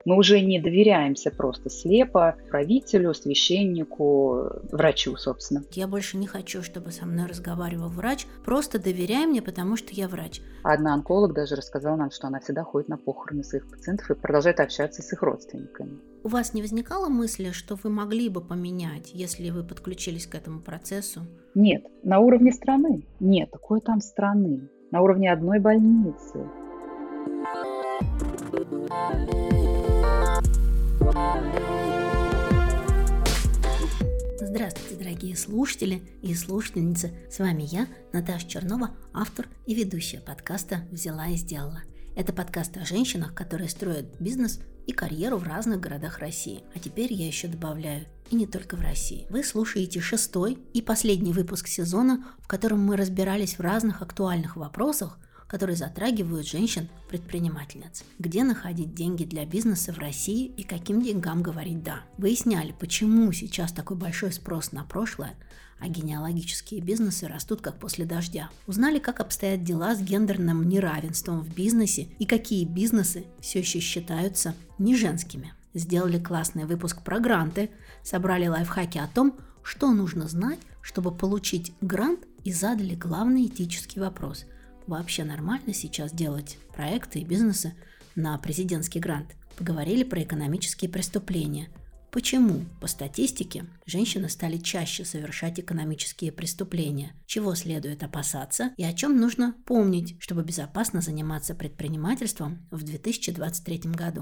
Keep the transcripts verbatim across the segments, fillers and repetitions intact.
Мы уже не доверяемся просто слепо правителю, священнику, врачу, собственно. Я больше не хочу, чтобы со мной разговаривал врач. Просто доверяй мне, потому что я врач. Одна онколог даже рассказала нам, что она всегда ходит на похороны своих пациентов и продолжает общаться с их родственниками. У вас не возникало мысли, что вы могли бы поменять, если вы подключились к этому процессу? Нет, на уровне страны. Нет, какой там страны? На уровне одной больницы. Здравствуйте, дорогие слушатели и слушательницы. С вами я, Наташа Чернова, автор и ведущая подкаста «Взяла и сделала». Это подкаст о женщинах, которые строят бизнес и карьеру в разных городах России. А теперь я еще добавляю, и не только в России. Вы слушаете шестой и последний выпуск сезона, в котором мы разбирались в разных актуальных вопросах, которые затрагивают женщин-предпринимательниц. Где находить деньги для бизнеса в России и каким деньгам говорить «да». Выясняли, почему сейчас такой большой спрос на прошлое, а генеалогические бизнесы растут как после дождя. Узнали, как обстоят дела с гендерным неравенством в бизнесе и какие бизнесы все еще считаются неженскими. Сделали классный выпуск про гранты, собрали лайфхаки о том, что нужно знать, чтобы получить грант, и задали главный этический вопрос – вообще нормально сейчас делать проекты и бизнесы на президентский грант? Поговорили про экономические преступления. Почему, по статистике, женщины стали чаще совершать экономические преступления? Чего следует опасаться и о чем нужно помнить, чтобы безопасно заниматься предпринимательством в две тысячи двадцать третьем году?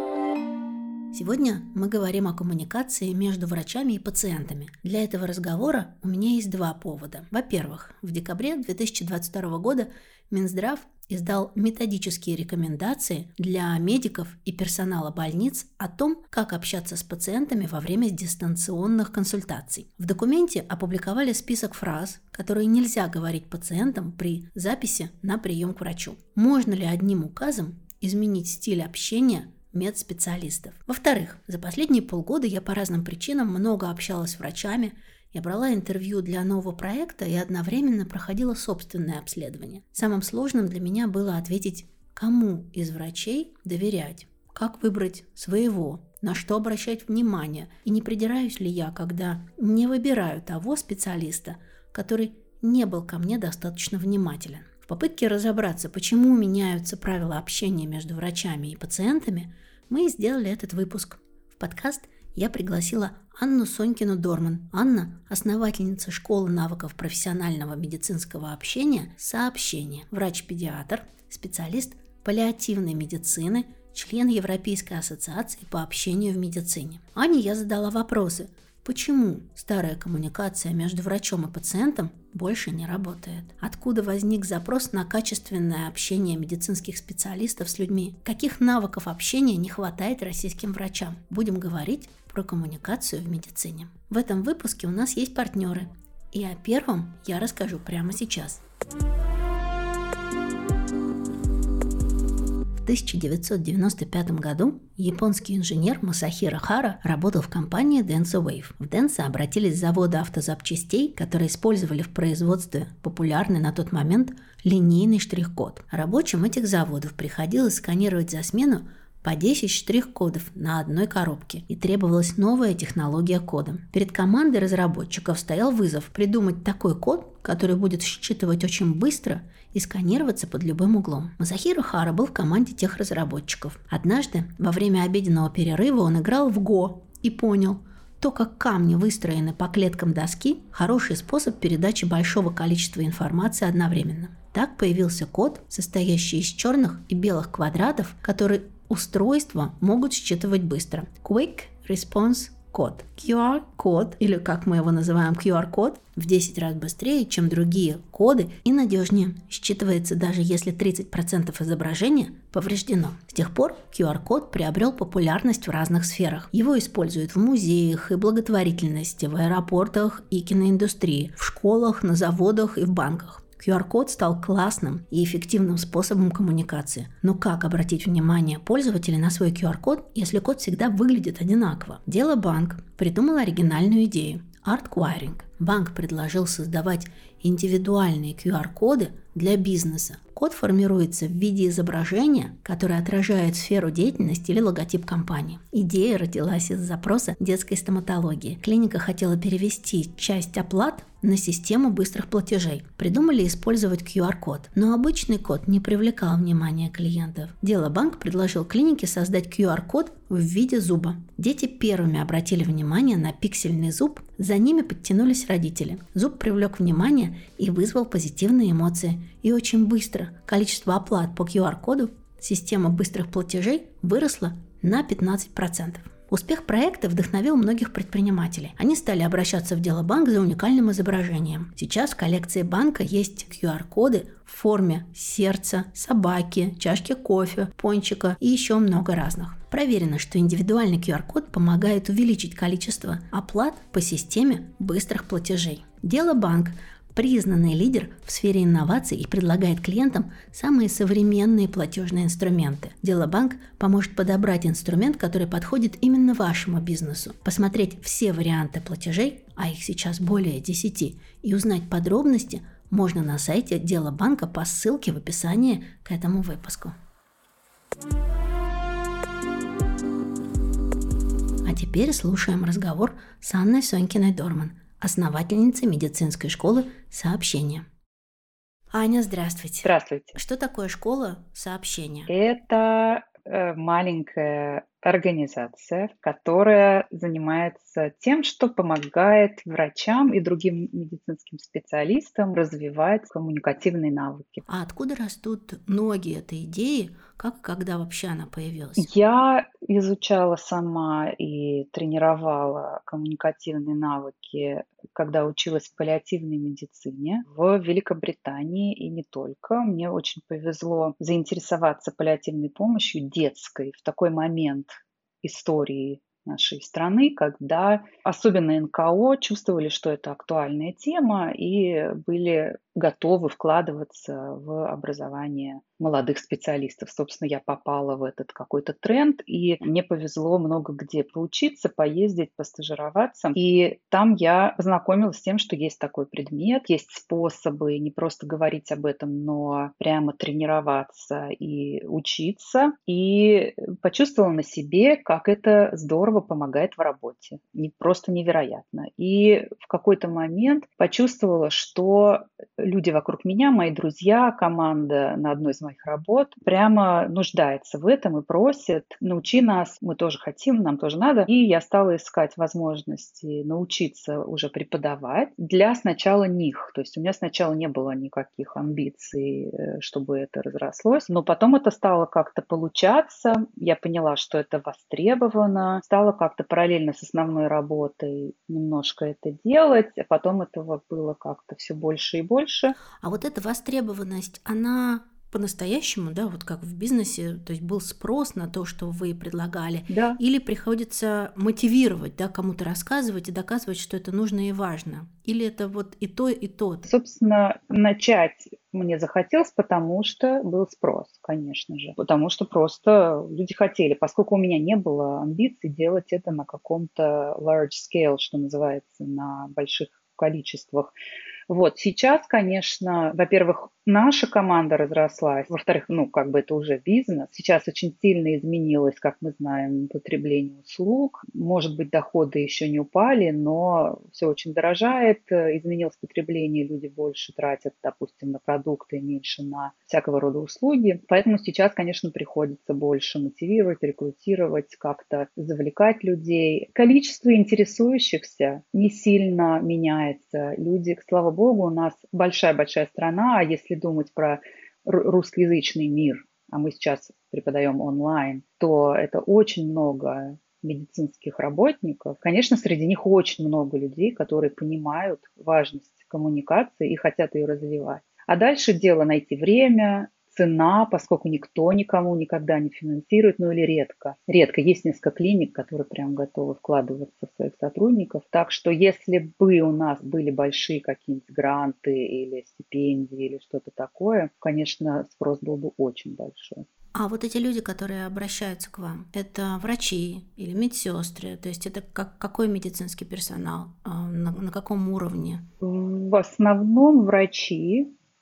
Сегодня мы говорим о коммуникации между врачами и пациентами. Для этого разговора у меня есть два повода. Во-первых, в декабре две тысячи двадцать второго года Минздрав издал методические рекомендации для медиков и персонала больниц о том, как общаться с пациентами во время дистанционных консультаций. В документе опубликовали список фраз, которые нельзя говорить пациентам при записи на прием к врачу. Можно ли одним указом изменить стиль общения медспециалистов? Во-вторых, за последние полгода я по разным причинам много общалась с врачами, я брала интервью для нового проекта и одновременно проходила собственное обследование. Самым сложным для меня было ответить, кому из врачей доверять, как выбрать своего, на что обращать внимание, и не придираюсь ли я, когда не выбираю того специалиста, который не был ко мне достаточно внимателен. В попытке разобраться, почему меняются правила общения между врачами и пациентами, мы сделали этот выпуск. В подкаст я пригласила Анну Сонькину-Дорман. Анна – основательница школы навыков профессионального медицинского общения «Сообщение», врач-педиатр, специалист паллиативной медицины, член Европейской ассоциации по общению в медицине. Ане я задала вопросы. Почему старая коммуникация между врачом и пациентом больше не работает? Откуда возник запрос на качественное общение медицинских специалистов с людьми? Каких навыков общения не хватает российским врачам? Будем говорить про коммуникацию в медицине. В этом выпуске у нас есть партнеры, и о первом я расскажу прямо сейчас. В тысяча девятьсот девяносто пятом году японский инженер Масахиро Хара работал в компании Denso Wave. В Denso обратились с завода автозапчастей, которые использовали в производстве популярный на тот момент линейный штрих-код. Рабочим этих заводов приходилось сканировать за смену по десять штрих-кодов на одной коробке, и требовалась новая технология кода. Перед командой разработчиков стоял вызов придумать такой код, который будет считывать очень быстро и сканироваться под любым углом. Масахиро Хара был в команде тех разработчиков. Однажды, во время обеденного перерыва, он играл в Го и понял, то, как камни выстроены по клеткам доски, хороший способ передачи большого количества информации одновременно. Так появился код, состоящий из черных и белых квадратов, который устройства могут считывать быстро. Quick Response Code. ку ар-код, или как мы его называем, ку ар-код, в десять раз быстрее, чем другие коды, и надежнее. Считывается даже если тридцать процентов изображения повреждено. С тех пор ку ар-код приобрел популярность в разных сферах. Его используют в музеях и благотворительности, в аэропортах и киноиндустрии, в школах, на заводах и в банках. ку ар-код стал классным и эффективным способом коммуникации. Но как обратить внимание пользователя на свой ку ар-код, если код всегда выглядит одинаково? Дело банк придумал оригинальную идею – арт-квайринг. Банк предложил создавать индивидуальные ку ар-коды для бизнеса. Код формируется в виде изображения, которое отражает сферу деятельности или логотип компании. Идея родилась из запроса детской стоматологии. Клиника хотела перевести часть оплат на систему быстрых платежей. Придумали использовать ку ар-код, но обычный код не привлекал внимания клиентов. Делобанк предложил клинике создать ку ар-код в виде зуба. Дети первыми обратили внимание на пиксельный зуб, за ними подтянулись родители. Зуб привлек внимание и вызвал позитивные эмоции. И очень быстро количество оплат по ку ар-коду система быстрых платежей выросла на пятнадцать процентов. Успех проекта вдохновил многих предпринимателей. Они стали обращаться в Делобанк за уникальным изображением. Сейчас в коллекции банка есть ку ар-коды в форме сердца, собаки, чашки кофе, пончика и еще много разных. Проверено, что индивидуальный ку ар-код помогает увеличить количество оплат по системе быстрых платежей. Делобанк – признанный лидер в сфере инноваций и предлагает клиентам самые современные платежные инструменты. Делобанк поможет подобрать инструмент, который подходит именно вашему бизнесу, посмотреть все варианты платежей, а их сейчас более десяти, и узнать подробности можно на сайте Делобанка по ссылке в описании к этому выпуску. А теперь слушаем разговор с Анной Сонькиной-Дорман, основательницей медицинской школы сообщения. Аня, здравствуйте. Здравствуйте. Что такое школа сообщения? Это э, маленькая организация, которая занимается тем, что помогает врачам и другим медицинским специалистам развивать коммуникативные навыки. А откуда растут ноги этой идеи? Как и когда вообще она появилась? Я изучала сама и тренировала коммуникативные навыки, когда училась в паллиативной медицине в Великобритании и не только. Мне очень повезло заинтересоваться паллиативной помощью детской в такой момент истории нашей страны, когда особенно эн ка о чувствовали, что это актуальная тема и были готовы вкладываться в образование молодых специалистов. Собственно, я попала в этот какой-то тренд, и мне повезло много где поучиться, поездить, постажироваться. И там я познакомилась с тем, что есть такой предмет, есть способы не просто говорить об этом, но прямо тренироваться и учиться. И почувствовала на себе, как это здорово помогает в работе. Не, просто невероятно. И в какой-то момент почувствовала, что люди вокруг меня, мои друзья, команда на одной из моих работ прямо нуждается в этом и просит: научи нас, мы тоже хотим, нам тоже надо. И я стала искать возможности научиться уже преподавать для сначала них. То есть у меня сначала не было никаких амбиций, чтобы это разрослось, но потом это стало как-то получаться. Я поняла, что это востребовано, стала как-то параллельно с основной работой немножко это делать, а потом этого было как-то все больше и больше. А вот эта востребованность, она по-настоящему, да, вот как в бизнесе, то есть был спрос на то, что вы предлагали, Да. Или приходится мотивировать, да, кому-то рассказывать и доказывать, что это нужно и важно? Или это вот и то, и то? Собственно, начать мне захотелось, потому что был спрос, конечно же. Потому что просто люди хотели. Поскольку у меня не было амбиций делать это на каком-то large scale, что называется, на больших количествах. Вот сейчас, конечно, во-первых, наша команда разрослась, во-вторых, ну, как бы это уже бизнес. Сейчас очень сильно изменилось, как мы знаем, потребление услуг. Может быть, доходы еще не упали, но все очень дорожает. Изменилось потребление, люди больше тратят, допустим, на продукты, меньше на всякого рода услуги. Поэтому сейчас, конечно, приходится больше мотивировать, рекрутировать, как-то завлекать людей. Количество интересующихся не сильно меняется. Люди, слава богу, у нас большая-большая страна, а если думать про русскоязычный мир, а мы сейчас преподаем онлайн, то это очень много медицинских работников. Конечно, среди них очень много людей, которые понимают важность коммуникации и хотят ее развивать. А дальше дело найти время, цена, поскольку никто никому никогда не финансирует, ну или редко. Редко. Есть несколько клиник, которые прям готовы вкладываться в своих сотрудников. Так что если бы у нас были большие какие-нибудь гранты или стипендии или что-то такое, конечно, спрос был бы очень большой. А вот эти люди, которые обращаются к вам, это врачи или медсестры? То есть это как, какой медицинский персонал? На, на каком уровне? В основном врачи.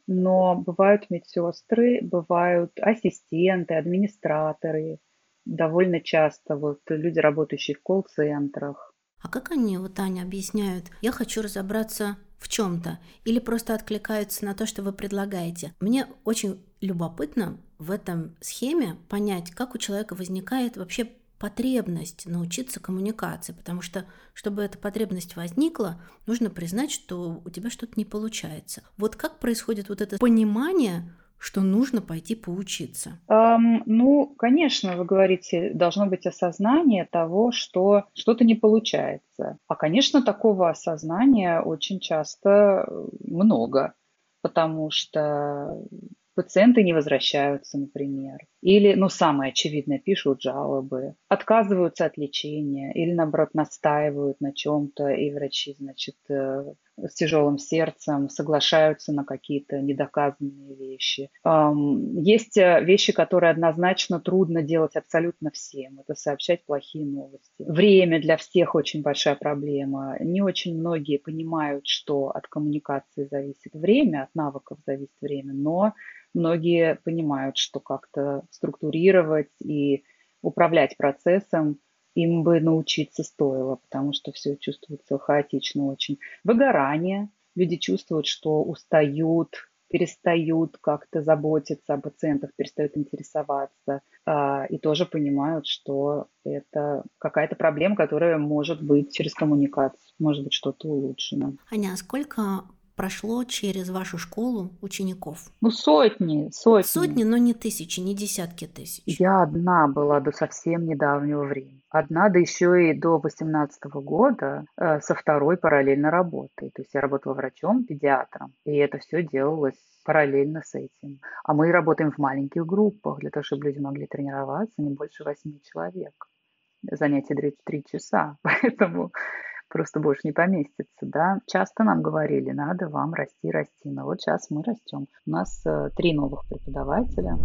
но бывают медсестры, бывают ассистенты, администраторы, довольно часто вот люди, работающие в колл-центрах. А как они, вот Аня, объясняют, я хочу разобраться в чем-то, или просто откликаются на то, что вы предлагаете? Мне очень любопытно в этом схеме понять, как у человека возникает вообще потребность научиться коммуникации, потому что, чтобы эта потребность возникла, нужно признать, что у тебя что-то не получается. Вот как происходит вот это понимание, что нужно пойти поучиться? Ам, ну, конечно, вы говорите, должно быть осознание того, что что-то не получается. А, конечно, такого осознания очень часто э, много, потому что пациенты не возвращаются, например. Или, ну, самое очевидное, пишут жалобы, отказываются от лечения или, наоборот, настаивают на чем-то, и врачи, значит, э, с тяжелым сердцем соглашаются на какие-то недоказанные вещи. Ам, Есть э, вещи, которые однозначно трудно делать абсолютно всем. Это сообщать плохие новости. Время для всех очень большая проблема. Не очень многие понимают, что от коммуникации зависит время, от навыков зависит время, но многие понимают, что как-то структурировать и управлять процессом им бы научиться стоило, потому что все чувствуется хаотично очень. Выгорание. Люди чувствуют, что устают, перестают как-то заботиться о пациентах, перестают интересоваться, а, и тоже понимают, что это какая-то проблема, которая может быть через коммуникацию, может быть что-то улучшено. Аня, а сколько прошло через вашу школу учеников? Ну, сотни, сотни. Сотни, но не тысячи, не десятки тысяч. Я одна была до совсем недавнего времени. Одна, да еще и до восемнадцатого года э, со второй параллельно работой. То есть я работала врачом, педиатром, и это все делалось параллельно с этим. А мы работаем в маленьких группах для того, чтобы люди могли тренироваться, не больше восьми человек. Занятие длится три часа, поэтому просто больше не поместится, да. Часто нам говорили, надо вам расти, расти. Но вот сейчас мы растем. У нас э, три новых преподавателя.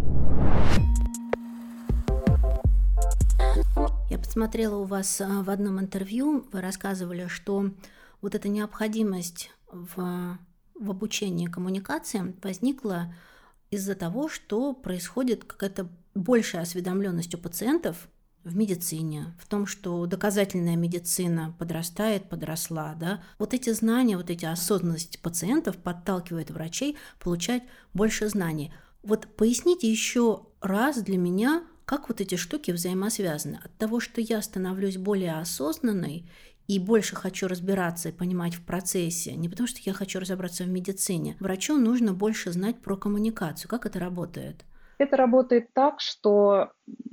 Я посмотрела у вас а, в одном интервью, вы рассказывали, что вот эта необходимость в, в обучении коммуникациям возникла из-за того, что происходит какая-то большая осведомленность у пациентов в медицине, в том, что доказательная медицина подрастает, подросла, да. Вот эти знания, вот эти осознанность пациентов подталкивает врачей получать больше знаний. Вот поясните еще раз для меня, как вот эти штуки взаимосвязаны. От того, что я становлюсь более осознанной и больше хочу разбираться и понимать в процессе, не потому что я хочу разобраться в медицине, врачу нужно больше знать про коммуникацию. Как это работает? Это работает так, что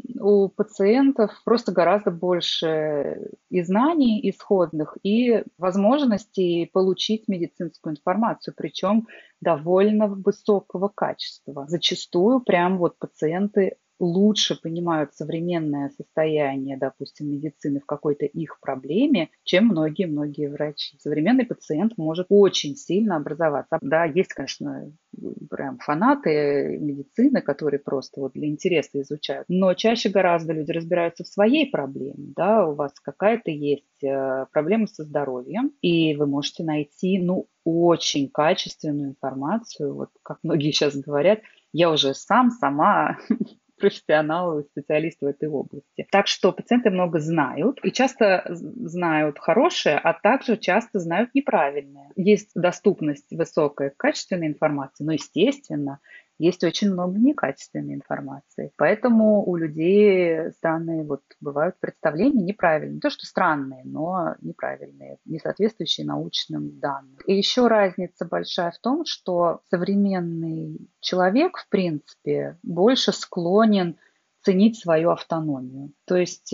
у пациентов просто гораздо больше и знаний исходных, и возможностей получить медицинскую информацию, причем довольно высокого качества. Зачастую прям вот пациенты лучше понимают современное состояние, допустим, медицины в какой-то их проблеме, чем многие-многие врачи. Современный пациент может очень сильно образоваться. Да, есть, конечно, прям фанаты медицины, которые просто вот для интереса изучают, но чаще гораздо люди разбираются в своей проблеме. Да, у вас какая-то есть э, проблема со здоровьем, и вы можете найти, ну, очень качественную информацию, вот как многие сейчас говорят, я уже сам, сама профессионалы, специалисты в этой области. Так что пациенты много знают, и часто знают хорошее, а также часто знают неправильное. Есть доступность высокая качественной информации, но, естественно, есть очень много некачественной информации. Поэтому у людей странные вот бывают представления неправильные. Не то, что странные, но неправильные, не соответствующие научным данным. И еще разница большая в том, что современный человек, в принципе, больше склонен ценить свою автономию. То есть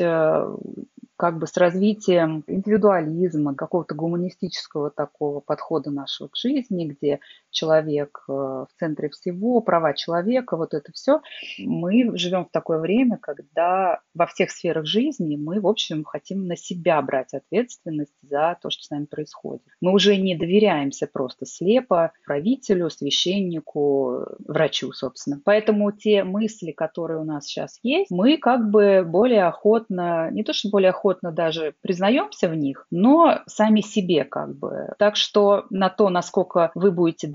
как бы с развитием индивидуализма, какого-то гуманистического такого подхода нашего к жизни, где человек в центре всего, права человека, вот это все. Мы живем в такое время, когда во всех сферах жизни мы, в общем, хотим на себя брать ответственность за то, что с нами происходит. Мы уже не доверяемся просто слепо правителю, священнику, врачу, собственно. Поэтому те мысли, которые у нас сейчас есть, мы как бы более охотно, не то что более охотно, охотно даже признаемся в них, но сами себе как бы. Так что на то, насколько вы будете доверять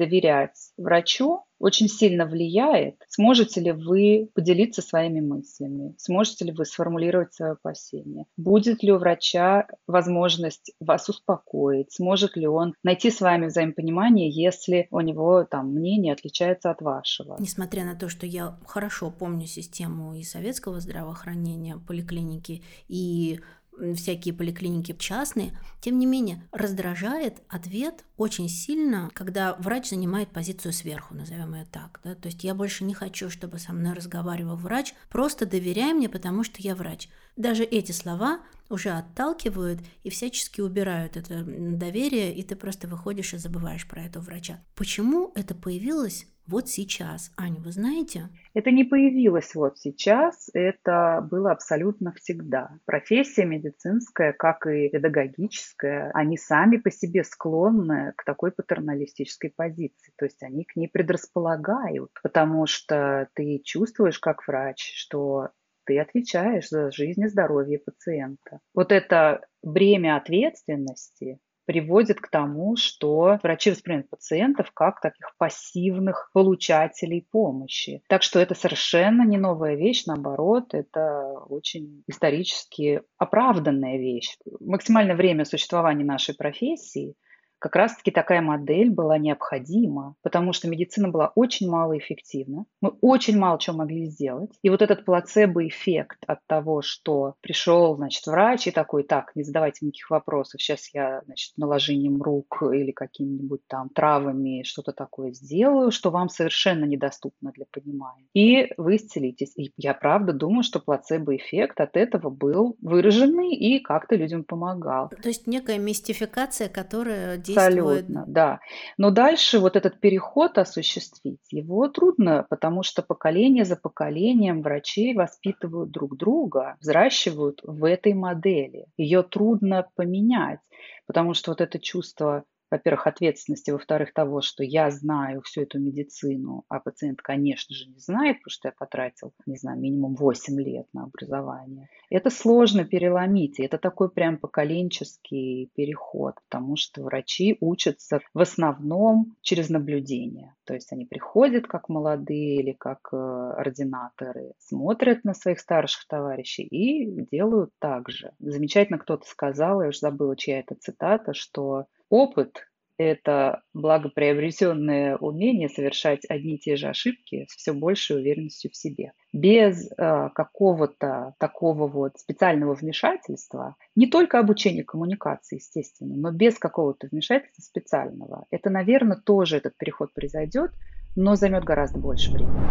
доверять врачу, очень сильно влияет, сможете ли вы поделиться своими мыслями, сможете ли вы сформулировать свои опасения, будет ли у врача возможность вас успокоить, сможет ли он найти с вами взаимопонимание, если у него там мнение отличается от вашего. Несмотря на то, что я хорошо помню систему и советского здравоохранения, поликлиники, и всякие поликлиники частные, тем не менее раздражает ответ очень сильно, когда врач занимает позицию сверху, назовем ее так. Да? То есть я больше не хочу, чтобы со мной разговаривал врач, просто доверяй мне, потому что я врач. Даже эти слова уже отталкивают и всячески убирают это доверие, и ты просто выходишь и забываешь про этого врача. Почему это появилось вот сейчас? Аня, вы знаете? Это не появилось вот сейчас, это было абсолютно всегда. Профессия медицинская, как и педагогическая, они сами по себе склонны к такой патерналистической позиции. То есть они к ней предрасполагают, потому что ты чувствуешь как врач, что ты отвечаешь за жизнь и здоровье пациента. Вот это бремя ответственности приводит к тому, что врачи воспринимают пациентов как таких пассивных получателей помощи. Так что это совершенно не новая вещь, наоборот, это очень исторически оправданная вещь. Максимальное время существования нашей профессии как раз-таки такая модель была необходима, потому что медицина была очень малоэффективна, мы очень мало чего могли сделать. И вот этот плацебо-эффект от того, что пришел, значит, врач и такой: так, не задавайте никаких вопросов, сейчас я, значит, наложением рук или какими-нибудь там травами что-то такое сделаю, что вам совершенно недоступно для понимания. И вы исцелитесь. И я правда думаю, что плацебо-эффект от этого был выраженный и как-то людям помогал. То есть некая мистификация, которая действует. Абсолютно, да. Но дальше вот этот переход осуществить, его трудно, потому что поколение за поколением врачей воспитывают друг друга, взращивают в этой модели. Ее трудно поменять, потому что вот это чувство, во-первых, ответственности, во-вторых, того, что я знаю всю эту медицину, а пациент, конечно же, не знает, потому что я потратил, не знаю, минимум восемь лет на образование. Это сложно переломить, и это такой прям поколенческий переход, потому что врачи учатся в основном через наблюдение. То есть они приходят как молодые или как э, ординаторы, смотрят на своих старших товарищей и делают так же. Замечательно кто-то сказал, я уже забыла, чья это цитата, что опыт – это благоприобретенное умение совершать одни и те же ошибки с все большей уверенностью в себе. Без э, какого-то такого вот специального вмешательства, не только обучение коммуникации, естественно, но без какого-то вмешательства специального, это, наверное, тоже этот переход произойдет, но займет гораздо больше времени.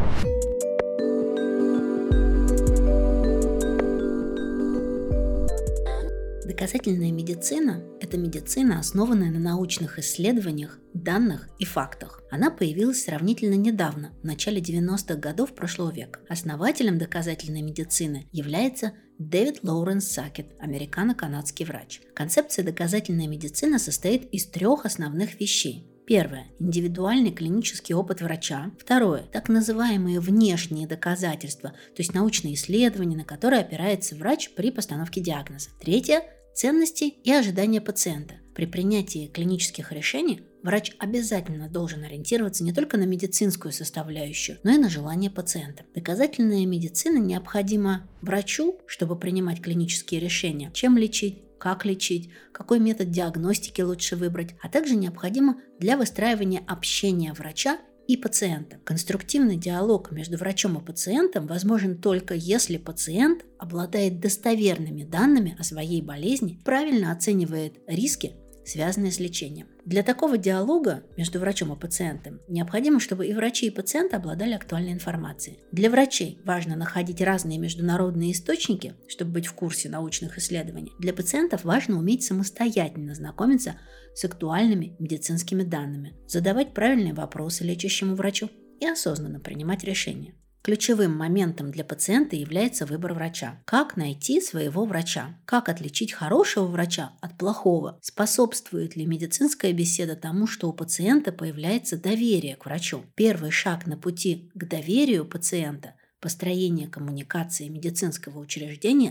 Доказательная медицина – это медицина, основанная на научных исследованиях, данных и фактах. Она появилась сравнительно недавно, в начале девяностых годов прошлого века. Основателем доказательной медицины является Дэвид Лоуренс Сакет, американо-канадский врач. Концепция доказательной медицины состоит из трех основных вещей. Первое – индивидуальный клинический опыт врача. Второе – так называемые внешние доказательства, то есть научные исследования, на которые опирается врач при постановке диагноза. Третье – ценности и ожидания пациента. При принятии клинических решений врач обязательно должен ориентироваться не только на медицинскую составляющую, но и на желание пациента. Доказательная медицина необходима врачу, чтобы принимать клинические решения, чем лечить, как лечить, какой метод диагностики лучше выбрать, а также необходимо для выстраивания общения врача и пациента. Конструктивный диалог между врачом и пациентом возможен только если пациент обладает достоверными данными о своей болезни, правильно оценивает риски, связанные с лечением. Для такого диалога между врачом и пациентом необходимо, чтобы и врачи, и пациенты обладали актуальной информацией. Для врачей важно находить разные международные источники, чтобы быть в курсе научных исследований. Для пациентов важно уметь самостоятельно знакомиться с актуальными медицинскими данными, задавать правильные вопросы лечащему врачу и осознанно принимать решения. Ключевым моментом для пациента является выбор врача. Как найти своего врача? Как отличить хорошего врача от плохого? Способствует ли медицинская беседа тому, что у пациента появляется доверие к врачу? Первый шаг на пути к доверию пациента – построение коммуникации медицинского учреждения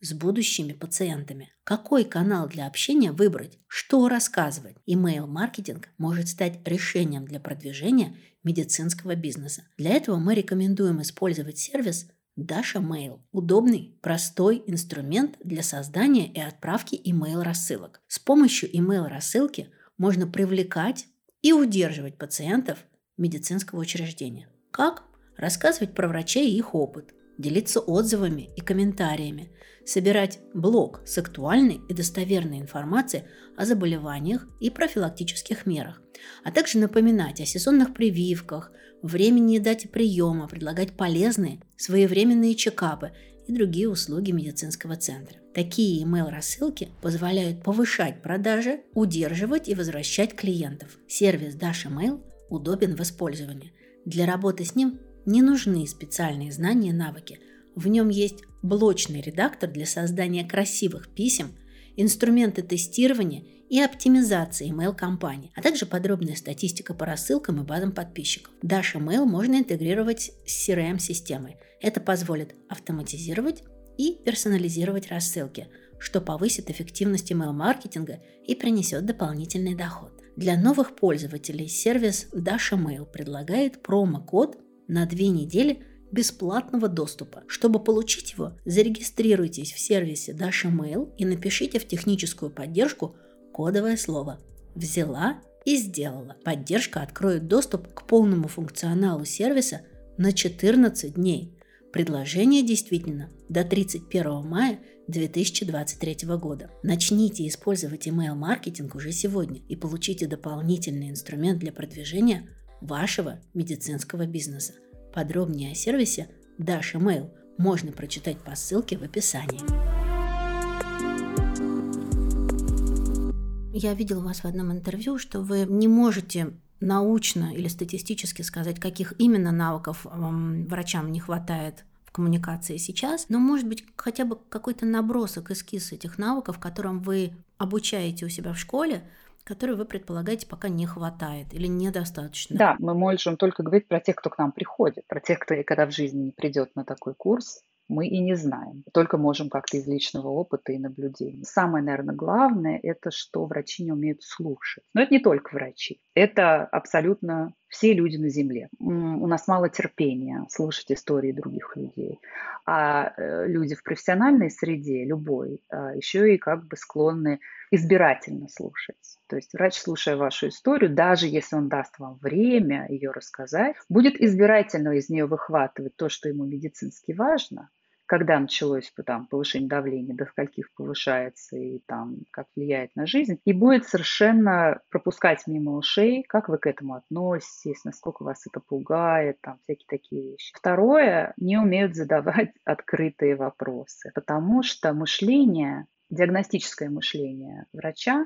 с будущими пациентами. Какой канал для общения выбрать? Что рассказывать? Email-маркетинг может стать решением для продвижения медицинского бизнеса. Для этого мы рекомендуем использовать сервис Dasha Mail. Удобный, простой инструмент для создания и отправки email-рассылок. С помощью email-рассылки можно привлекать и удерживать пациентов медицинского учреждения. Как? Рассказывать про врачей и их опыт, делиться отзывами и комментариями, собирать блог с актуальной и достоверной информацией о заболеваниях и профилактических мерах, а также напоминать о сезонных прививках, времени и дате приема, предлагать полезные своевременные чекапы и другие услуги медицинского центра. Такие email-рассылки позволяют повышать продажи, удерживать и возвращать клиентов. Сервис Dasha Mail удобен в использовании. Для работы с ним не нужны специальные знания и навыки. В нем есть блочный редактор для создания красивых писем, инструменты тестирования и оптимизации email-кампаний, а также подробная статистика по рассылкам и базам подписчиков. Dasha Mail можно интегрировать с си ар эм-системой. Это позволит автоматизировать и персонализировать рассылки, что повысит эффективность email-маркетинга и принесет дополнительный доход. Для новых пользователей сервис Dasha Mail предлагает промокод на две недели бесплатного доступа. Чтобы получить его, зарегистрируйтесь в сервисе Dasha Mail и напишите в техническую поддержку кодовое слово «Взяла и сделала». Поддержка откроет доступ к полному функционалу сервиса на четырнадцать дней. Предложение действительно до тридцать первого мая две тысячи двадцать третьего года. Начните использовать email-маркетинг уже сегодня и получите дополнительный инструмент для продвижения вашего медицинского бизнеса. Подробнее о сервисе Dasha Mail можно прочитать по ссылке в описании. Я видела у вас в одном интервью, что вы не можете научно или статистически сказать, каких именно навыков эм, врачам не хватает в коммуникации сейчас, но, может быть, хотя бы какой-то набросок, эскиз этих навыков, которым вы обучаете у себя в школе, которые вы предполагаете пока не хватает или недостаточно. Да, мы можем только говорить про тех, кто к нам приходит, про тех, кто никогда в жизни не придет на такой курс, мы и не знаем. Только можем как-то из личного опыта и наблюдений. Самое, наверное, главное, это что врачи не умеют слушать. Но это не только врачи. Это абсолютно все люди на Земле. У нас мало терпения слушать истории других людей. А люди в профессиональной среде, любой, еще и как бы склонны избирательно слушать. То есть врач, слушая вашу историю, даже если он даст вам время ее рассказать, будет избирательно из нее выхватывать то, что ему медицински важно, когда началось там, повышение давления, до скольких повышается и там, как влияет на жизнь, и будет совершенно пропускать мимо ушей, как вы к этому относитесь, насколько вас это пугает, там, всякие такие вещи. Второе, не умеют задавать открытые вопросы, потому что мышление, диагностическое мышление врача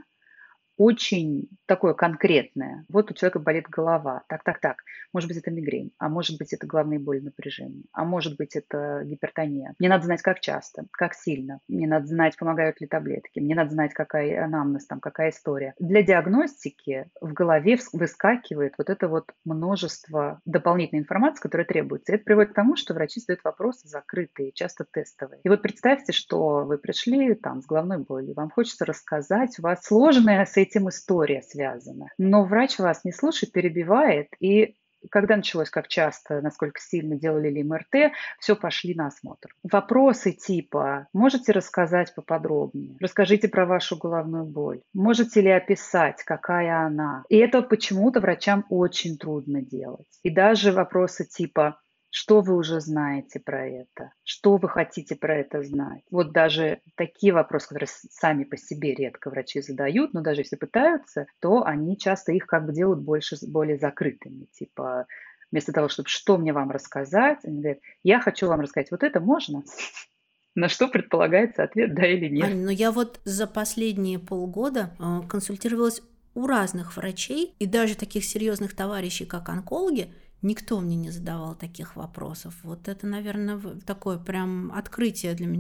очень такое конкретное. Вот у человека болит голова. Так, так, так. Может быть, это мигрень, а может быть, это головные боли, напряжение, а может быть, это гипертония. Мне надо знать, как часто, как сильно. Мне надо знать, помогают ли таблетки. Мне надо знать, какая анамнез, там, какая история. Для диагностики в голове выскакивает вот это вот множество дополнительной информации, которая требуется. И это приводит к тому, что врачи задают вопросы закрытые, часто тестовые. И вот представьте, что вы пришли там с головной болью, вам хочется рассказать, у вас сложная с этим история связана. Но врач вас не слушает, перебивает, и когда началось, как часто, насколько сильно делали ли эм эр тэ, все, пошли на осмотр. Вопросы типа: можете рассказать поподробнее? Расскажите про вашу головную боль. Можете ли описать, какая она? И это почему-то врачам очень трудно делать. И даже вопросы типа: что вы уже знаете про это? Что вы хотите про это знать? Вот даже такие вопросы, которые сами по себе редко врачи задают, но даже если пытаются, то они часто их как бы делают больше, более закрытыми. Типа, вместо того, чтобы «что мне вам рассказать?», они говорят: я хочу вам рассказать, вот это можно? На что предполагается ответ «да» или «нет». Ань, ну я вот за последние полгода э, консультировалась у разных врачей, и даже таких серьезных товарищей, как онкологи, никто мне не задавал таких вопросов. Вот это, наверное, такое прям открытие для меня.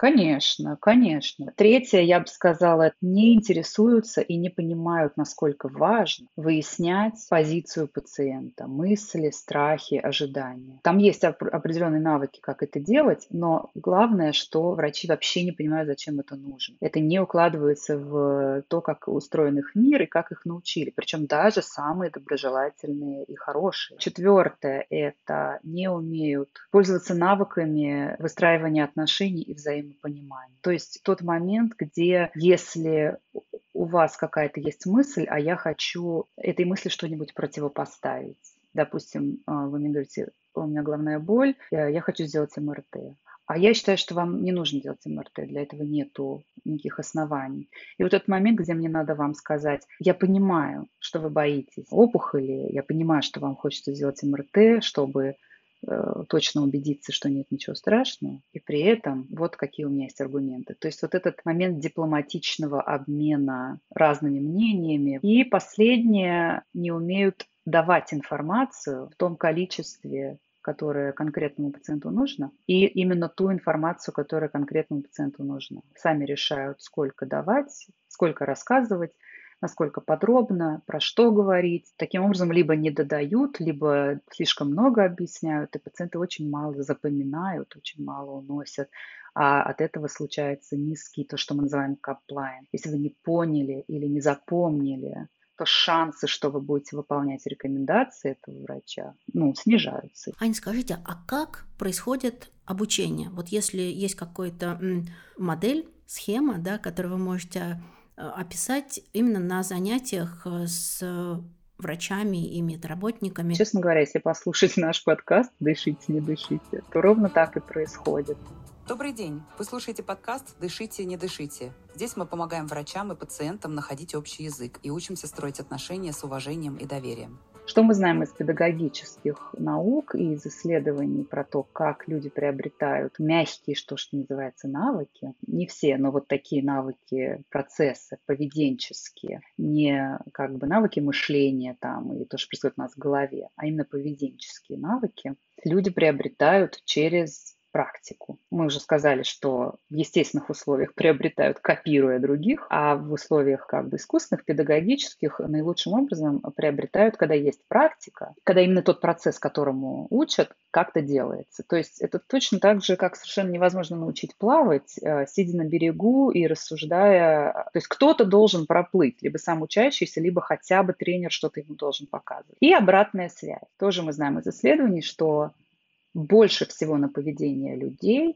Конечно, конечно. Третье, я бы сказала, не интересуются и не понимают, насколько важно выяснять позицию пациента, мысли, страхи, ожидания. Там есть оп- определенные навыки, как это делать, но главное, что врачи вообще не понимают, зачем это нужно. Это не укладывается в то, как устроен их мир и как их научили. Причем даже самые доброжелательные и хорошие. Четвертое– это не умеют пользоваться навыками выстраивания отношений и взаимопонимания. То есть тот момент, где если у вас какая-то есть мысль, а я хочу этой мысли что-нибудь противопоставить. Допустим, а, вы мне говорите, у меня головная боль, э, я хочу сделать эм эр тэ. А я считаю, что вам не нужно делать эм эр тэ, для этого нету никаких оснований. И вот этот момент, где мне надо вам сказать, я понимаю, что вы боитесь опухоли, я понимаю, что вам хочется сделать эм эр тэ, чтобы э, точно убедиться, что нет ничего страшного, и при этом вот какие у меня есть аргументы. То есть вот этот момент дипломатичного обмена разными мнениями. И последнее, не умеют давать информацию в том количестве, которое конкретному пациенту нужно, и именно ту информацию, которая конкретному пациенту нужна. Сами решают, сколько давать, сколько рассказывать, насколько подробно, про что говорить. Таким образом, либо не додают, либо слишком много объясняют, и пациенты очень мало запоминают, очень мало уносят. А от этого случается низкий, то, что мы называем compliance. Если вы не поняли или не запомнили, то шансы, что вы будете выполнять рекомендации этого врача, ну, снижаются. Ань, скажите, а как происходит обучение? Вот если есть какая-то м, модель, схема, да, которую вы можете э, описать именно на занятиях э, с врачами и медработниками. Честно говоря, если послушать наш подкаст «Дышите, не дышите», то ровно так и происходит. Добрый день! Вы слушаете подкаст «Дышите, не дышите». Здесь мы помогаем врачам и пациентам находить общий язык и учимся строить отношения с уважением и доверием. Что мы знаем из педагогических наук и из исследований про то, как люди приобретают мягкие, что, что называется, навыки? Не все, но вот такие навыки, процессы поведенческие, не как бы навыки мышления там и то, что происходит у нас в голове, а именно поведенческие навыки люди приобретают через практику. Мы уже сказали, что в естественных условиях приобретают, копируя других, а в условиях как бы искусственных, педагогических наилучшим образом приобретают, когда есть практика, когда именно тот процесс, которому учат, как-то делается. То есть это точно так же, как совершенно невозможно научить плавать, сидя на берегу и рассуждая. То есть кто-то должен проплыть, либо сам учащийся, либо хотя бы тренер что-то ему должен показывать. И обратная связь. Тоже мы знаем из исследований, что больше всего на поведение людей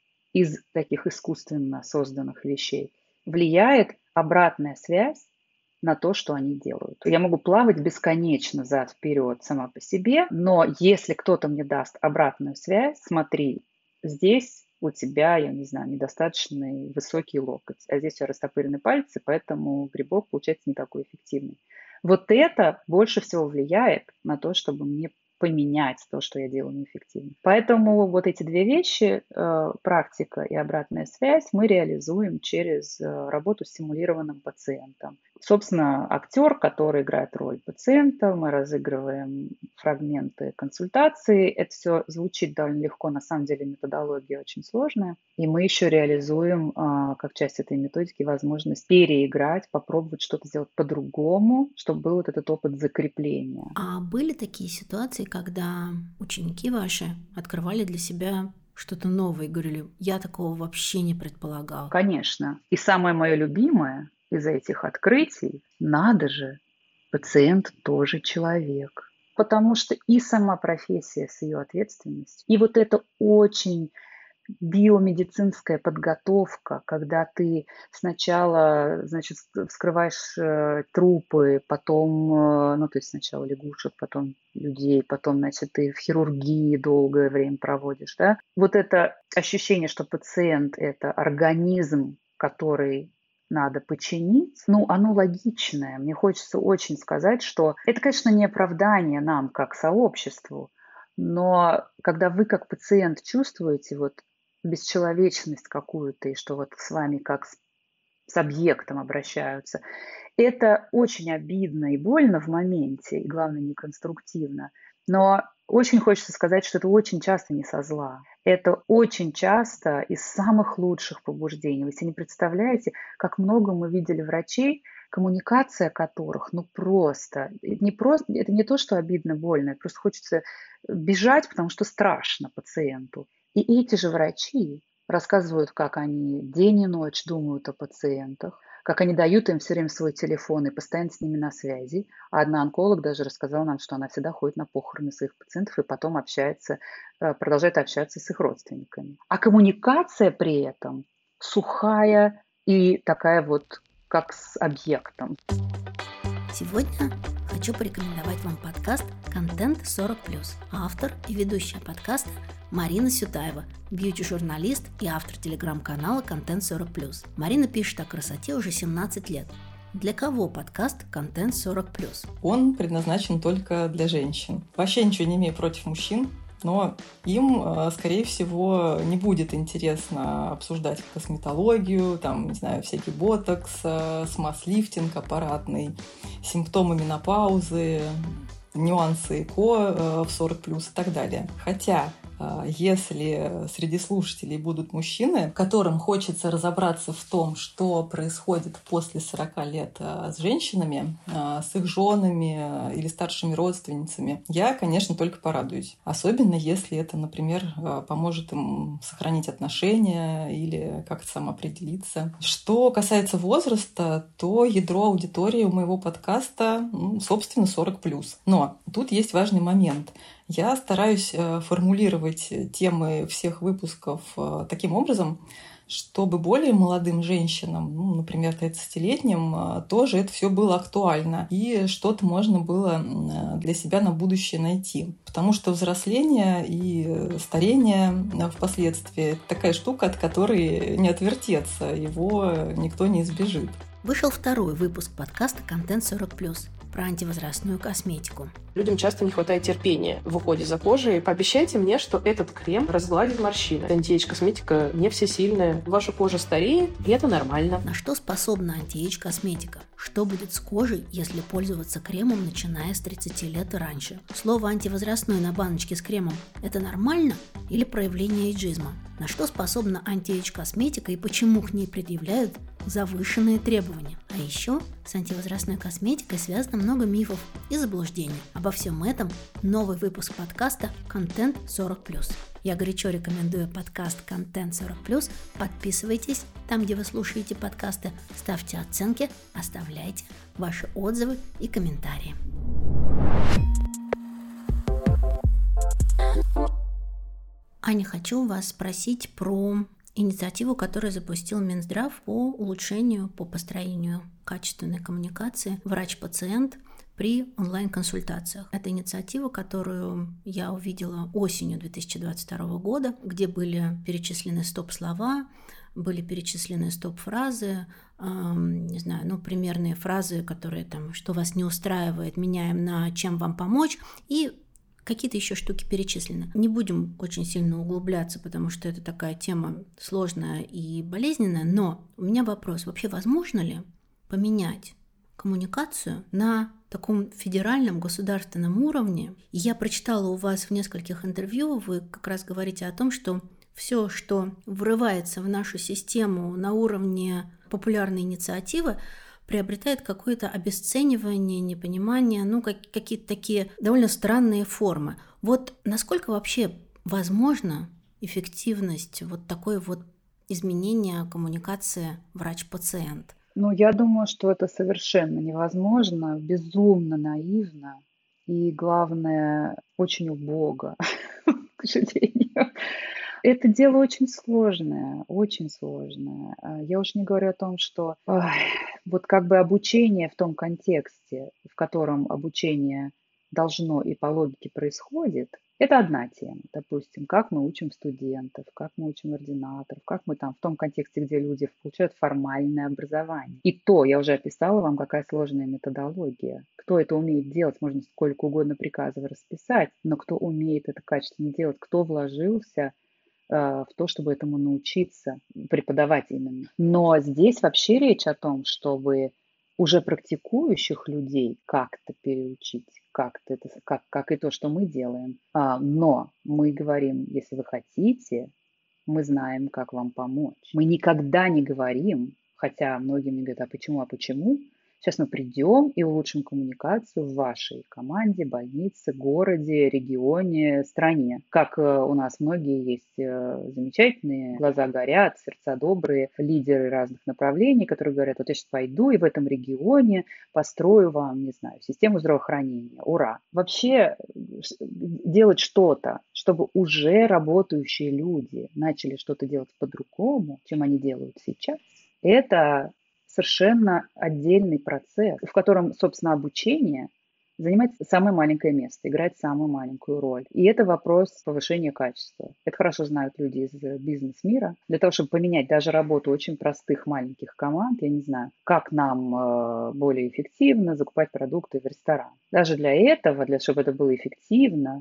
из таких искусственно созданных вещей влияет обратная связь на то, что они делают. Я могу плавать бесконечно зад-вперед сама по себе, но если кто-то мне даст обратную связь, смотри, здесь у тебя, я не знаю, недостаточно высокий локоть, а здесь у тебя растопырены пальцы, поэтому грибок получается не такой эффективный. Вот это больше всего влияет на то, чтобы мне поменять то, что я делаю неэффективно. Поэтому вот эти две вещи, э, практика и обратная связь, мы реализуем через э, работу с симулированным пациентом. Собственно, актер, который играет роль пациента, мы разыгрываем фрагменты консультации. Это все звучит довольно легко, на самом деле методология очень сложная. И мы еще реализуем, э, как часть этой методики, возможность переиграть, попробовать что-то сделать по-другому, чтобы был вот этот опыт закрепления. А были такие ситуации, когда ученики ваши открывали для себя что-то новое и говорили, я такого вообще не предполагал? Конечно. И самое мое любимое из этих открытий, надо же, пациент тоже человек. Потому что и сама профессия с ее ответственностью, и вот это очень биомедицинская подготовка, когда ты сначала, значит, вскрываешь э, трупы, потом, э, ну, то есть сначала лягушек, потом людей, потом, значит, ты в хирургии долгое время проводишь, да. Вот это ощущение, что пациент– это организм, который надо починить, ну, оно логичное. Мне хочется очень сказать, что это, конечно, не оправдание нам как сообществу, но когда вы как пациент чувствуете вот бесчеловечность какую-то, и что вот с вами как с, с объектом обращаются, это очень обидно и больно в моменте, и главное, неконструктивно. Но очень хочется сказать, что это очень часто не со зла. Это очень часто из самых лучших побуждений. Вы себе не представляете, как много мы видели врачей, коммуникация которых, ну просто, это не просто, это не то, что обидно, больно, просто хочется бежать, потому что страшно пациенту. И эти же врачи рассказывают, как они день и ночь думают о пациентах, как они дают им все время свой телефон и постоянно с ними на связи. А одна онколог даже рассказала нам, что она всегда ходит на похороны своих пациентов и потом общается, э, продолжает общаться с их родственниками. А коммуникация при этом сухая и такая вот, как с объектом. Сегодня хочу порекомендовать вам подкаст «Контент сорок плюс». Автор и ведущая подкаста Марина Сютаева, бьюти-журналист и автор телеграм-канала «Контент сорок плюс». Марина пишет о красоте уже семнадцать лет. Для кого подкаст «Контент сорок плюс»? Он предназначен только для женщин. Вообще ничего не имею против мужчин, но им, скорее всего, не будет интересно обсуждать косметологию, там, не знаю, всякий ботокс, смаз-лифтинг аппаратный, симптомы менопаузы, нюансы ЭКО в сорок плюс и так далее. Хотя, если среди слушателей будут мужчины, которым хочется разобраться в том, что происходит после сорока лет с женщинами, с их женами или старшими родственницами, я, конечно, только порадуюсь. Особенно если это, например, поможет им сохранить отношения или как-то самоопределиться. Что касается возраста, то ядро аудитории у моего подкаста, ну, собственно, сорок плюс. Но тут есть важный момент. Я стараюсь формулировать темы всех выпусков таким образом, чтобы более молодым женщинам, ну, например, тридцатилетним, тоже это все было актуально и что-то можно было для себя на будущее найти. Потому что взросление и старение впоследствии — это такая штука, от которой не отвертеться, его никто не избежит. Вышел второй выпуск подкаста «Контент сорок плюс» про антивозрастную косметику. Людям часто не хватает терпения в уходе за кожей. Пообещайте мне, что этот крем разгладит морщины. Анти-эйдж-косметика не всесильная. Ваша кожа стареет, и это нормально. На что способна анти-эйдж-косметика? Что будет с кожей, если пользоваться кремом, начиная с тридцати лет и раньше? Слово «антивозрастной» на баночке с кремом – это нормально или проявление эйджизма? На что способна анти-эйдж-косметика и почему к ней предъявляют завышенные требования? А еще с антивозрастной косметикой связано много мифов и заблуждений. Обо всем этом новый выпуск подкаста «Контент сорок плюс». Я горячо рекомендую подкаст «Контент сорок плюс». Подписывайтесь там, где вы слушаете подкасты, ставьте оценки, оставляйте ваши отзывы и комментарии. Аня, хочу вас спросить про инициативу, которую запустил Минздрав по улучшению, по построению качественной коммуникации врач-пациент при онлайн-консультациях. Это инициатива, которую я увидела осенью две тысячи двадцать второго года, где были перечислены стоп-слова, были перечислены стоп-фразы, э, не знаю, ну, примерные фразы, которые там, что вас не устраивает, меняем на чем вам помочь, и какие-то еще штуки перечислены. Не будем очень сильно углубляться, потому что это такая тема сложная и болезненная, но у меня вопрос, вообще возможно ли поменять коммуникацию на таком федеральном государственном уровне? И я прочитала у вас в нескольких интервью, вы как раз говорите о том, что все, что врывается в нашу систему на уровне популярной инициативы, приобретает какое-то обесценивание, непонимание, ну, как, какие-то такие довольно странные формы. Вот насколько вообще возможна эффективность вот такой вот изменения коммуникации врач-пациент? Ну, я думаю, что это совершенно невозможно, безумно наивно и, главное, очень убого, к сожалению. Это дело очень сложное, очень сложное. Я уж не говорю о том, что ой, вот как бы обучение в том контексте, в котором обучение должно и по логике происходит, это одна тема. Допустим, как мы учим студентов, как мы учим ординаторов, как мы там в том контексте, где люди получают формальное образование. И то, я уже описала вам, какая сложная методология. Кто это умеет делать, можно сколько угодно приказов расписать, но кто умеет это качественно делать, кто вложился в то, чтобы этому научиться, преподавать именно. Но здесь вообще речь о том, чтобы уже практикующих людей как-то переучить, как, это, как, как и то, что мы делаем. А, но мы говорим, если вы хотите, мы знаем, как вам помочь. Мы никогда не говорим, хотя многие мне говорят, а почему, а почему? Сейчас мы придем и улучшим коммуникацию в вашей команде, больнице, городе, регионе, стране. Как у нас многие есть замечательные, глаза горят, сердца добрые, лидеры разных направлений, которые говорят, вот я сейчас пойду и в этом регионе построю вам, не знаю, систему здравоохранения. Ура! Вообще делать что-то, чтобы уже работающие люди начали что-то делать по-другому, чем они делают сейчас, это совершенно отдельный процесс, в котором, собственно, обучение занимает самое маленькое место, играет самую маленькую роль. И это вопрос повышения качества. Это хорошо знают люди из бизнес-мира. Для того, чтобы поменять даже работу очень простых маленьких команд, я не знаю, как нам более эффективно закупать продукты в ресторан. Даже для этого, для, чтобы это было эффективно,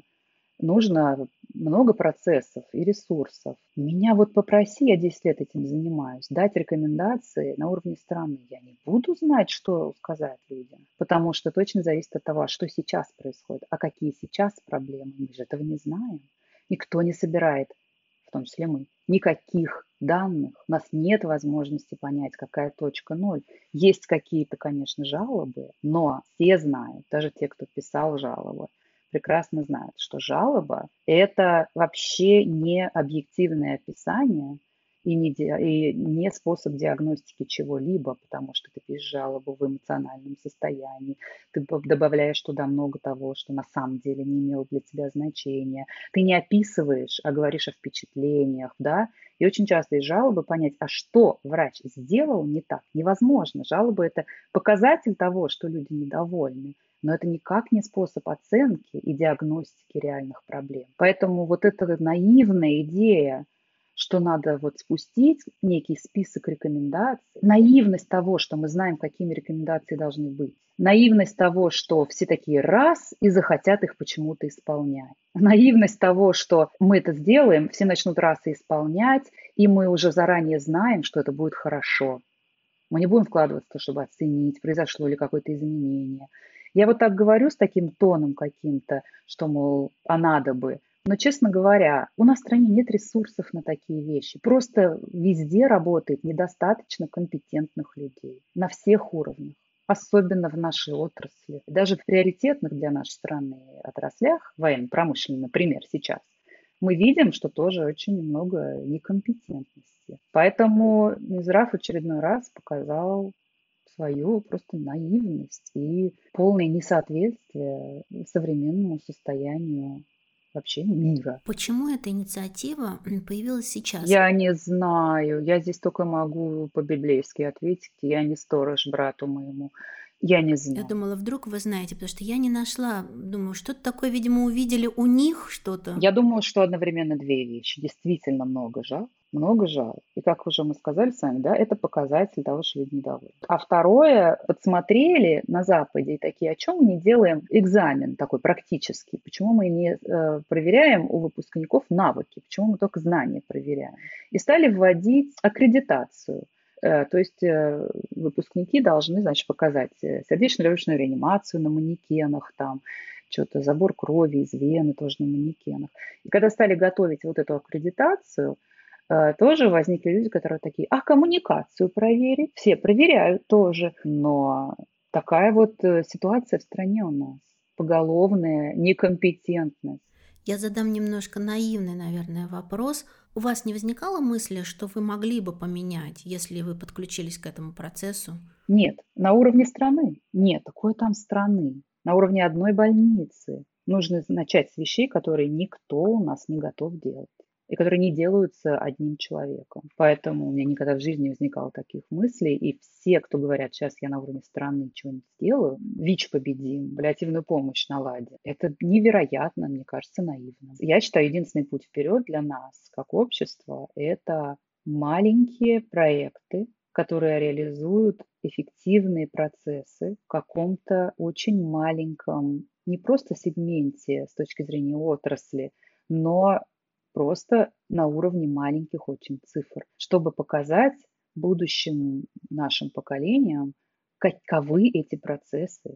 нужно много процессов и ресурсов. Меня вот попроси, я десять лет этим занимаюсь, дать рекомендации на уровне страны. Я не буду знать, что сказать людям, потому что точно зависит от того, что сейчас происходит, а какие сейчас проблемы. Мы же этого не знаем. Никто не собирает, в том числе мы, никаких данных. У нас нет возможности понять, какая точка ноль. Есть какие-то, конечно, жалобы, но все знают, даже те, кто писал жалобы, прекрасно знают, что жалоба – это вообще не объективное описание и не, ди- и не способ диагностики чего-либо, потому что ты пишешь жалобу в эмоциональном состоянии, ты п- добавляешь туда много того, что на самом деле не имело для тебя значения. Ты не описываешь, а говоришь о впечатлениях, да? И очень часто из жалобы понять, а что врач сделал не так, невозможно. Жалоба – это показатель того, что люди недовольны. Но это никак не способ оценки и диагностики реальных проблем. Поэтому вот эта наивная идея, что надо вот спустить некий список рекомендаций, наивность того, что мы знаем, какими рекомендации должны быть, наивность того, что все такие раз и захотят их почему-то исполнять, наивность того, что мы это сделаем, все начнут раз и исполнять, и мы уже заранее знаем, что это будет хорошо. Мы не будем вкладываться, чтобы оценить, произошло ли какое-то изменение. Я вот так говорю с таким тоном каким-то, что, мол, а надо бы. Но, честно говоря, у нас в стране нет ресурсов на такие вещи. Просто везде работает недостаточно компетентных людей на всех уровнях, особенно в нашей отрасли. Даже в приоритетных для нашей страны отраслях, военно-промышленной, например, сейчас, мы видим, что тоже очень много некомпетентности. Поэтому Минздрав в очередной раз показал свою просто наивность и полное несоответствие современному состоянию вообще мира. Почему эта инициатива появилась сейчас? Я не знаю. Я здесь только могу по-библейски ответить. Я не сторож брату моему. Я не знаю. Я думала, вдруг вы знаете, потому что я не нашла. Думаю, что-то такое, видимо, увидели у них что-то. Я думаю, что одновременно две вещи. Действительно много жалоб. Много жалоб. И как уже мы сказали с вами, да, это показатель того, что люди недовольны. А второе, подсмотрели на Западе и такие, о чем мы не делаем экзамен такой практический? Почему мы не э, проверяем у выпускников навыки? Почему мы только знания проверяем? И стали вводить аккредитацию. То есть выпускники должны, значит, показать сердечно-легочную реанимацию на манекенах, там, что-то забор крови из вены тоже на манекенах. И когда стали готовить вот эту аккредитацию, тоже возникли люди, которые такие, а коммуникацию проверить? Все проверяют тоже. Но такая вот ситуация в стране у нас. Поголовная некомпетентность. Я задам немножко наивный, наверное, вопрос. У вас не возникало мысли, что вы могли бы поменять, если вы подключились к этому процессу? Нет, на уровне страны. Нет, какой там страны? На уровне одной больницы. Нужно начать с вещей, которые никто у нас не готов делать. И которые не делаются одним человеком. Поэтому у меня никогда в жизни не возникало таких мыслей. И все, кто говорят, сейчас я на уровне страны что-нибудь сделаю, ВИЧ победим, паллиативную помощь наладим. Это невероятно, мне кажется, наивно. Я считаю, единственный путь вперед для нас, как общества, это маленькие проекты, которые реализуют эффективные процессы в каком-то очень маленьком, не просто сегменте с точки зрения отрасли, но просто на уровне маленьких очень цифр, чтобы показать будущим нашим поколениям, каковы эти процессы,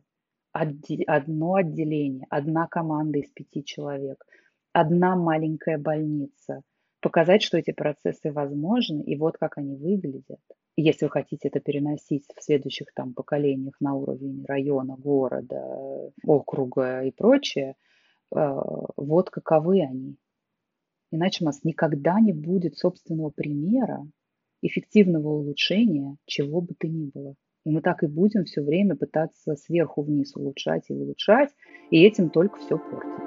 одди- одно отделение, одна команда из пяти человек, одна маленькая больница. Показать, что эти процессы возможны, и вот как они выглядят. И если вы хотите это переносить в следующих там поколениях на уровень района, города, округа и прочее, э, вот каковы они. Иначе у нас никогда не будет собственного примера эффективного улучшения чего бы то ни было. И мы так и будем все время пытаться сверху вниз улучшать и улучшать, и этим только все портить.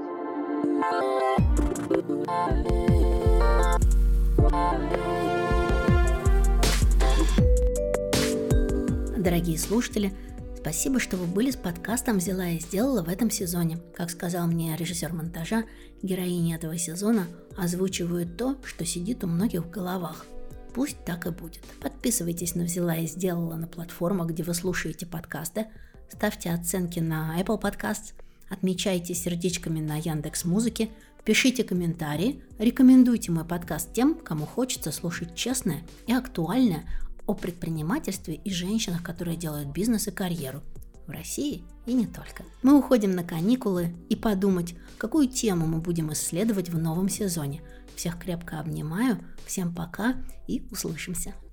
Дорогие слушатели, спасибо, что вы были с подкастом «Взяла и сделала» в этом сезоне. Как сказал мне режиссер монтажа, героини этого сезона озвучивают то, что сидит у многих в головах. Пусть так и будет. Подписывайтесь на «Взяла и сделала» на платформах, где вы слушаете подкасты, ставьте оценки на Apple Podcasts, отмечайте сердечками на Яндекс.Музыке, пишите комментарии, рекомендуйте мой подкаст тем, кому хочется слушать честное и актуальное о предпринимательстве и женщинах, которые делают бизнес и карьеру в России и не только. Мы уходим на каникулы и подумать, какую тему мы будем исследовать в новом сезоне. Всех крепко обнимаю, всем пока и услышимся.